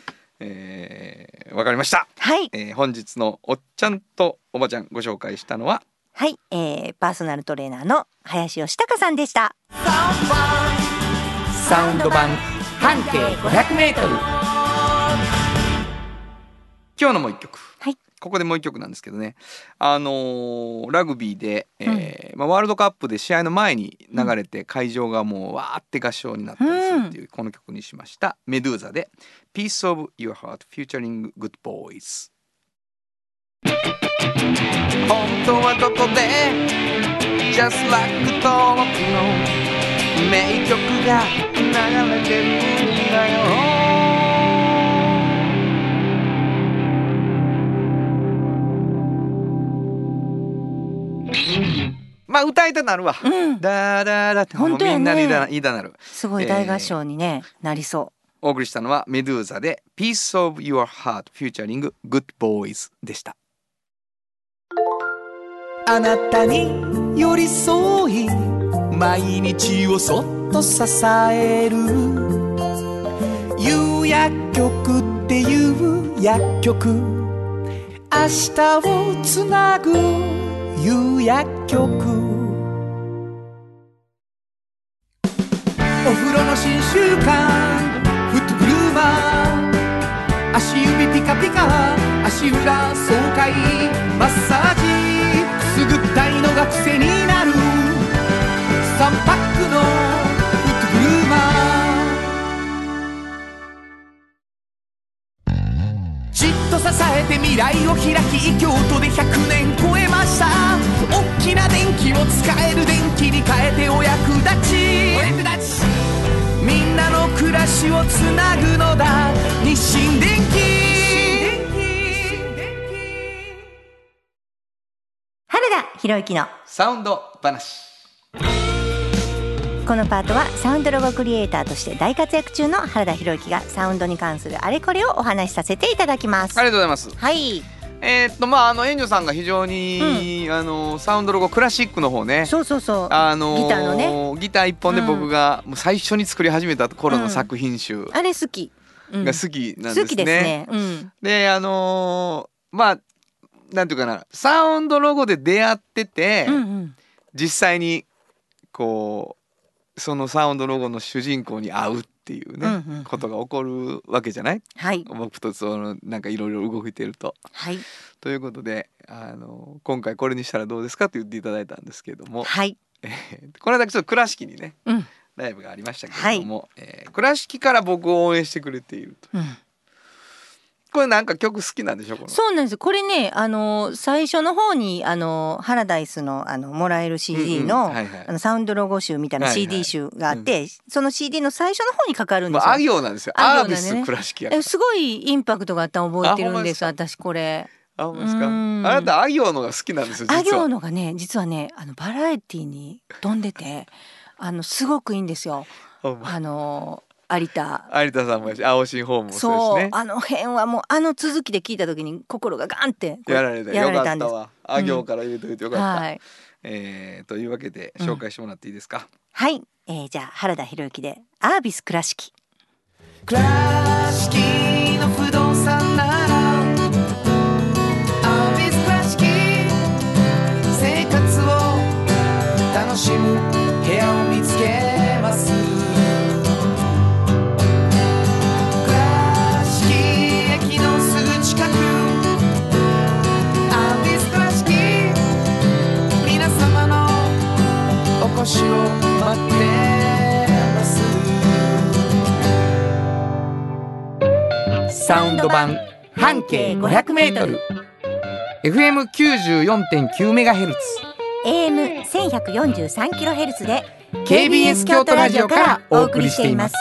わかりました。本日のおっちゃんとおばちゃんご紹介したのはパーソナルトレーナーの林義孝さんでした。 サウンド版半径500メートル。 今日のもう一曲。ここでもう一曲なんですけどね、ラグビーで、ワールドカップで試合の前に流れて、会場がもうわーって合唱になったりするっていう、この曲にしました。メドゥーザで Piece of Your Heart Featuring Good Boys。 本当はどこで Just Like 登録の名曲が流れてるんだよ。歌いたなるわ。ダダダってみんなで言いたなる。 すごい大合唱になりそう。 お送りしたのはメドゥーザで Piece of Your Heart Featuring Good Boys でした。 あなたに寄り添い毎日をそっと支える唯夕薬局っていう薬局、明日をつなぐ夕薬局。お風呂の新習慣フットグルーマー、足指ピカピカ足裏爽快マッサージ、くすぐったいのが癖になる3パックのフットグルーマー。じっと支えて未来を開き、京都で100年超えました。大きな電気を使える電気に変えてお役立ち、みんなの暮らしをつなぐのだ日清電気。 原田博之のサウンド話。 このパートはサウンドロゴクリエイターとして大活躍中の原田博之がサウンドに関するあれこれをお話しさせていただきます。 ありがとうございます。 はい。 援助さんが非常に、サウンドロゴクラシックの方ね、 そうそうそう、ギターのね、 ギター一本で僕がもう最初に作り始めた頃の作品集、 あれ好き、 が好きなんですね。 好きですね。 でまあなんていうかな、サウンドロゴで出会ってて、実際にこうそのサウンドロゴの主人公に会うっていうね、ことが起こるわけじゃない、はい、僕とそのなんかいろいろ動いてると、はい、ということで今回これにしたらどうですかと言っていただいたんですけれども、はい、この間ちょっと倉敷にね、ライブがありましたけれども、倉敷から僕を応援してくれていると、これなんか曲好きなんでしょ。 そうなんです。これね、最初の方にハラダイスのもらえる CD の、サウンドロゴ集みたいな CD 集があって、その CD の最初の方にかかるんですよ。 あ行なんですよ。アービス倉敷やから。 すごいインパクトがあったの覚えてるんです。私これ。 あ、ほんまですか。あなたあ行のが好きなんですよ。 あ行のがね、実はね、バラエティに飛んでて、すごくいいんですよ。有田さんもやし、青新ホームもそうですね。 そう、辺はもう続きで聞いた時に心がガンってやられたよかったわ。あ行から入れといてよかった、はい。というわけで紹介してもらっていいですか。 はい、じゃあ原田博之でアービス倉敷。 倉敷の不動産ならアービス倉敷、生活を楽しむ部屋を見つけます。お越しを待ってます。サウンド版半径 500m FM94.9MHz AM1143kHz で KBS 京都ラジオからお送りしています。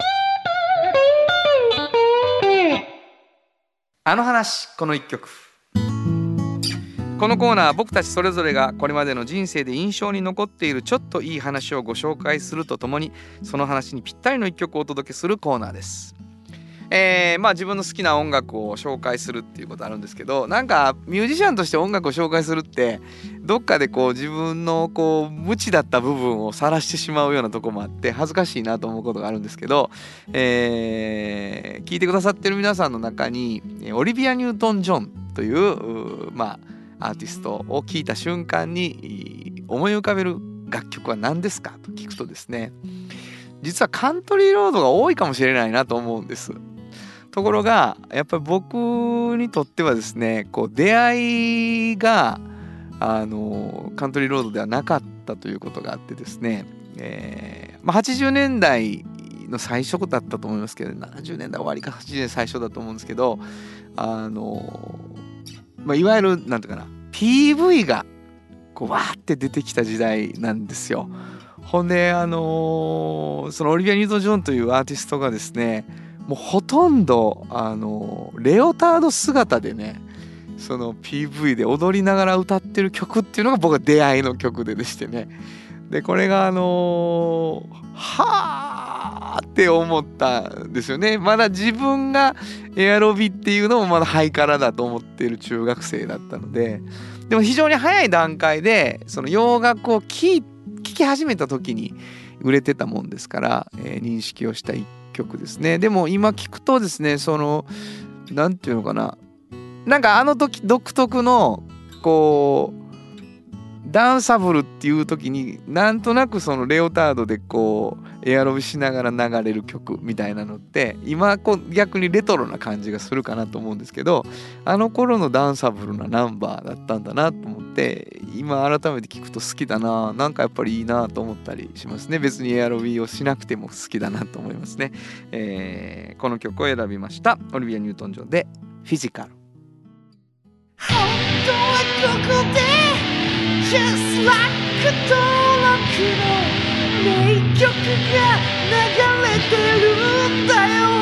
あの話この一曲。このコーナー、僕たちそれぞれがこれまでの人生で印象に残っているちょっといい話をご紹介するとともに、その話にぴったりの一曲をお届けするコーナーです。自分の好きな音楽を紹介するっていうことあるんですけど、なんかミュージシャンとして音楽を紹介するってどっかでこう自分のこう無知だった部分を晒してしまうようなとこもあって恥ずかしいなと思うことがあるんですけど、聞いてくださってる皆さんの中にオリビア・ニュートン・ジョンというアーティストを聴いた瞬間に思い浮かべる楽曲は何ですかと聞くとですね、実はカントリーロードが多いかもしれないなと思うんです。ところがやっぱり僕にとってはですね、こう出会いがカントリーロードではなかったということがあってですね、80年代の最初だったと思いますけど、70年代終わりか80年代最初だと思うんですけど、いわゆるなんていうかな PV がこうわーって出てきた時代なんですよ。ほんでそのオリビア・ニュートン・ジョンというアーティストがですね、もうほとんどレオタード姿でね、その PV で踊りながら歌ってる曲っていうのが僕は出会いの曲でしてね、でこれがはーって思ったんですよね。まだ自分がエアロビっていうのもまだハイカラだと思っている中学生だったので、でも非常に早い段階でその洋楽を聴き始めた時に売れてたもんですから、認識をした一曲ですね。でも今聞くとですね、そのなんていうのかな、なんかあの時独特のこうダンサブルっていう時になんとなくそのレオタードでこうエアロビしながら流れる曲みたいなのって今こう逆にレトロな感じがするかなと思うんですけど、あの頃のダンサブルなナンバーだったんだなと思って今改めて聞くと好きだな、なんかやっぱりいいなと思ったりしますね。別にエアロビをしなくても好きだなと思いますね。この曲を選びました。オリビア・ニュートン・ジョンでフィジカル。 本当はここで Just like 登録の名曲が流れてるんだよ。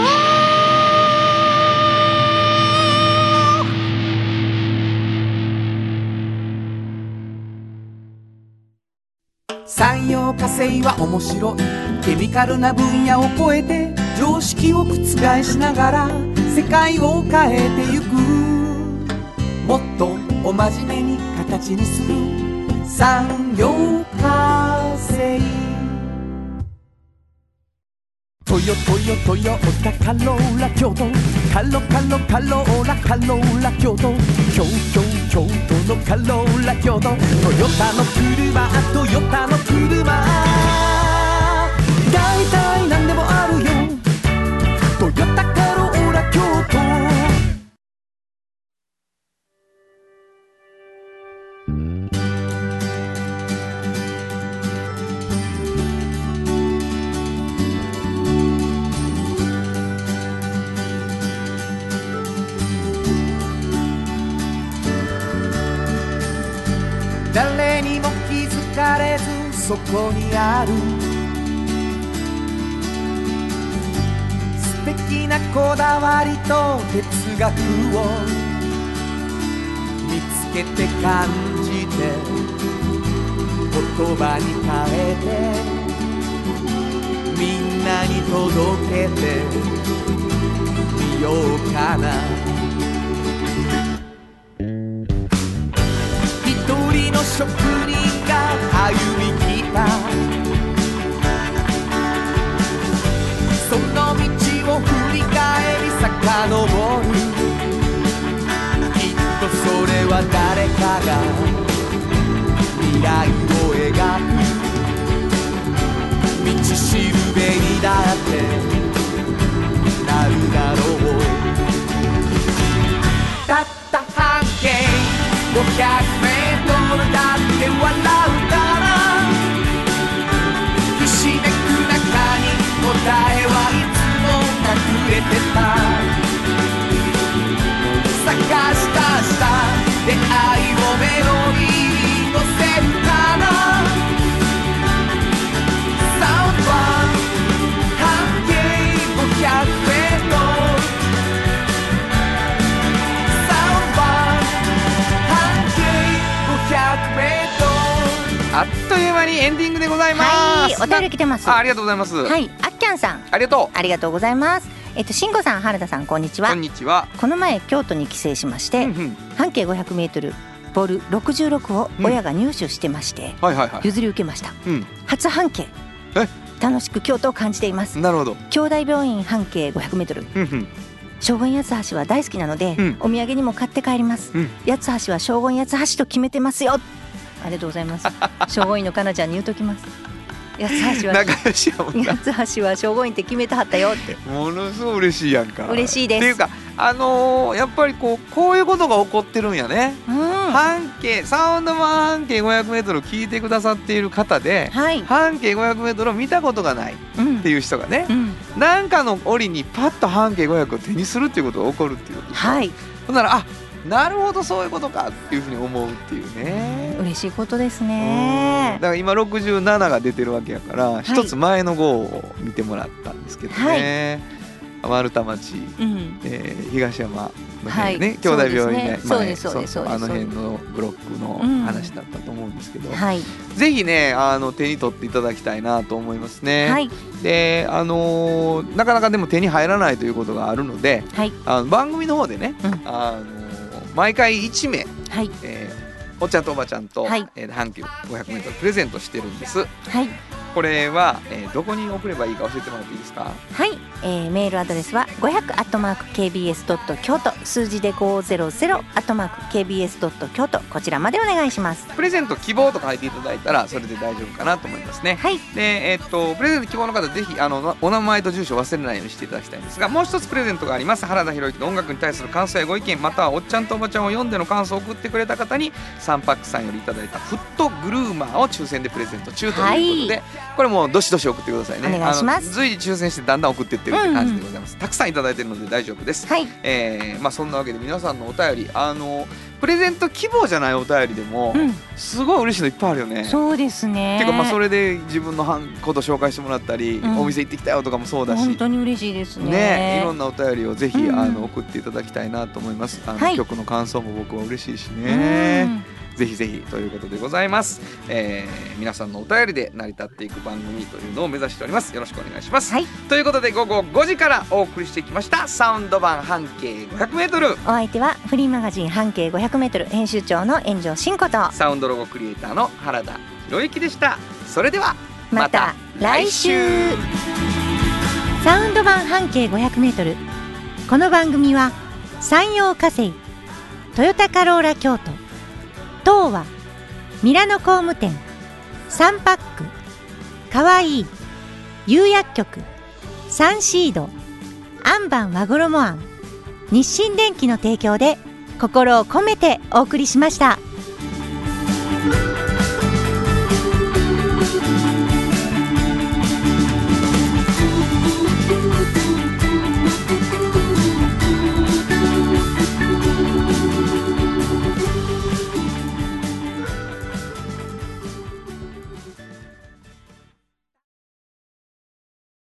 産業化成は面白いケミカルな分野を超えて常識を覆しながら世界を変えてゆく、もっとお真面目に形にする産業化成。トヨタカローラ京都、カローラ京都、京都のカローラ京都、トヨタの車だいたいなんでもあるよ、トヨタカローラ京都。誰にも気づかれずそこにある素敵なこだわりと哲学を見つけて感じて言葉に変えてみんなに届けてみようかな。職人が歩み来たその道を振り返り遡る、きっとそれは誰かが未来を描く道しるべにだってなるだろう。たった半径500メートルだって笑うからひしめく中に答えはいつも隠れてた、探し出した出会いをメロディーに乗せるかな。サウンドは半径500メートル、 あっという間にエンディングでございます。 はい、お便り来てます。 ありがとうございます。 はい、あっきゃんさん、 ありがとう。 ありがとうございます。しんごさん、原田さん、こんにちは。 こんにちは。 この前京都に帰省しまして、半径500メートルボル66を親が入手してまして、譲り受けました。初半径。楽しく京都を感じています。 なるほど。 兄弟病院半径500メートル。将軍八つ橋は大好きなので、お土産にも買って帰ります。八つ橋は将軍八つ橋と決めてますよ。ありがとうございます。将軍院のかなちゃんに言うときます。八つ橋は仲良しやもんな。 八つ橋は将軍院って決めてはったよって。 ものすごい嬉しいやんか。 嬉しいです。 っていうかやっぱりこういうことが起こってるんやね。半径サウンドマン半径500メートルを聞いてくださっている方で、半径500メートルを見たことがないっていう人がね、なんかの折にパッと半径500を手にするっていうことが起こるっていうことです。はい。ほんならなるほどそういうことかっていうふうに思うっていうね。 嬉しいことですね。 だから今67が出てるわけやから一つ前の号を見てもらったんですけどね、丸太町、東山の辺ね、兄弟病院ね、あの辺のブロックの話だったと思うんですけど、ぜひね手に取っていただきたいなと思いますね。でなかなかでも手に入らないということがあるので、番組の方でね、毎回1名、おっちゃんとおばちゃんと、半径 500m プレゼントしてるんです。これは、どこに送ればいいか教えてもらっていいですか？ メールアドレスは500@kbs.kyoto、数字で500@kbs.kyoto、こちらまでお願いします。 プレゼント希望とか書いていただいたらそれで大丈夫かなと思いますね。 はい。 でプレゼント希望の方ぜひお名前と住所を忘れないようにしていただきたいんですが、もう一つプレゼントがあります。原田博之の音楽に対する感想やご意見、またはおっちゃんとおばちゃんを読んでの感想を送ってくれた方にサンパックさんよりいただいたフットグルーマーを抽選でプレゼント中ということで、はい、これもどしどし送ってくださいね。 お願いします。 随時抽選してだんだん送っていってるって感じでございます。たくさんいただいているので大丈夫です。 はい。 そんなわけで皆さんのお便りプレゼント希望じゃないお便りでも、すごい嬉しいのいっぱいあるよね。 そうですね。 てかそれで自分のこと紹介してもらったり、お店行ってきたよとかもそうだし、 本当に嬉しいですね。 いろんなお便りをぜひ送っていただきたいなと思います。はい、曲の感想も僕は嬉しいしね。ぜひぜひということでございます。皆さんのお便りで成り立っていく番組というのを目指しております。よろしくお願いします。はい、ということで午後5時からお送りしてきましたサウンド版半径 500m。 お相手はフリーマガジン半径 500m 編集長の炎上真子とサウンドロゴクリエイターの原田博之でした。それではまた来週。サウンド版半径 500m、 この番組は山陽火星、トヨタカローラ京都、東和、ミラノ工務店、サンパック、かわいい、釉薬局、サンシード、アンバン和衣あん、日清電機の提供で心を込めてお送りしました。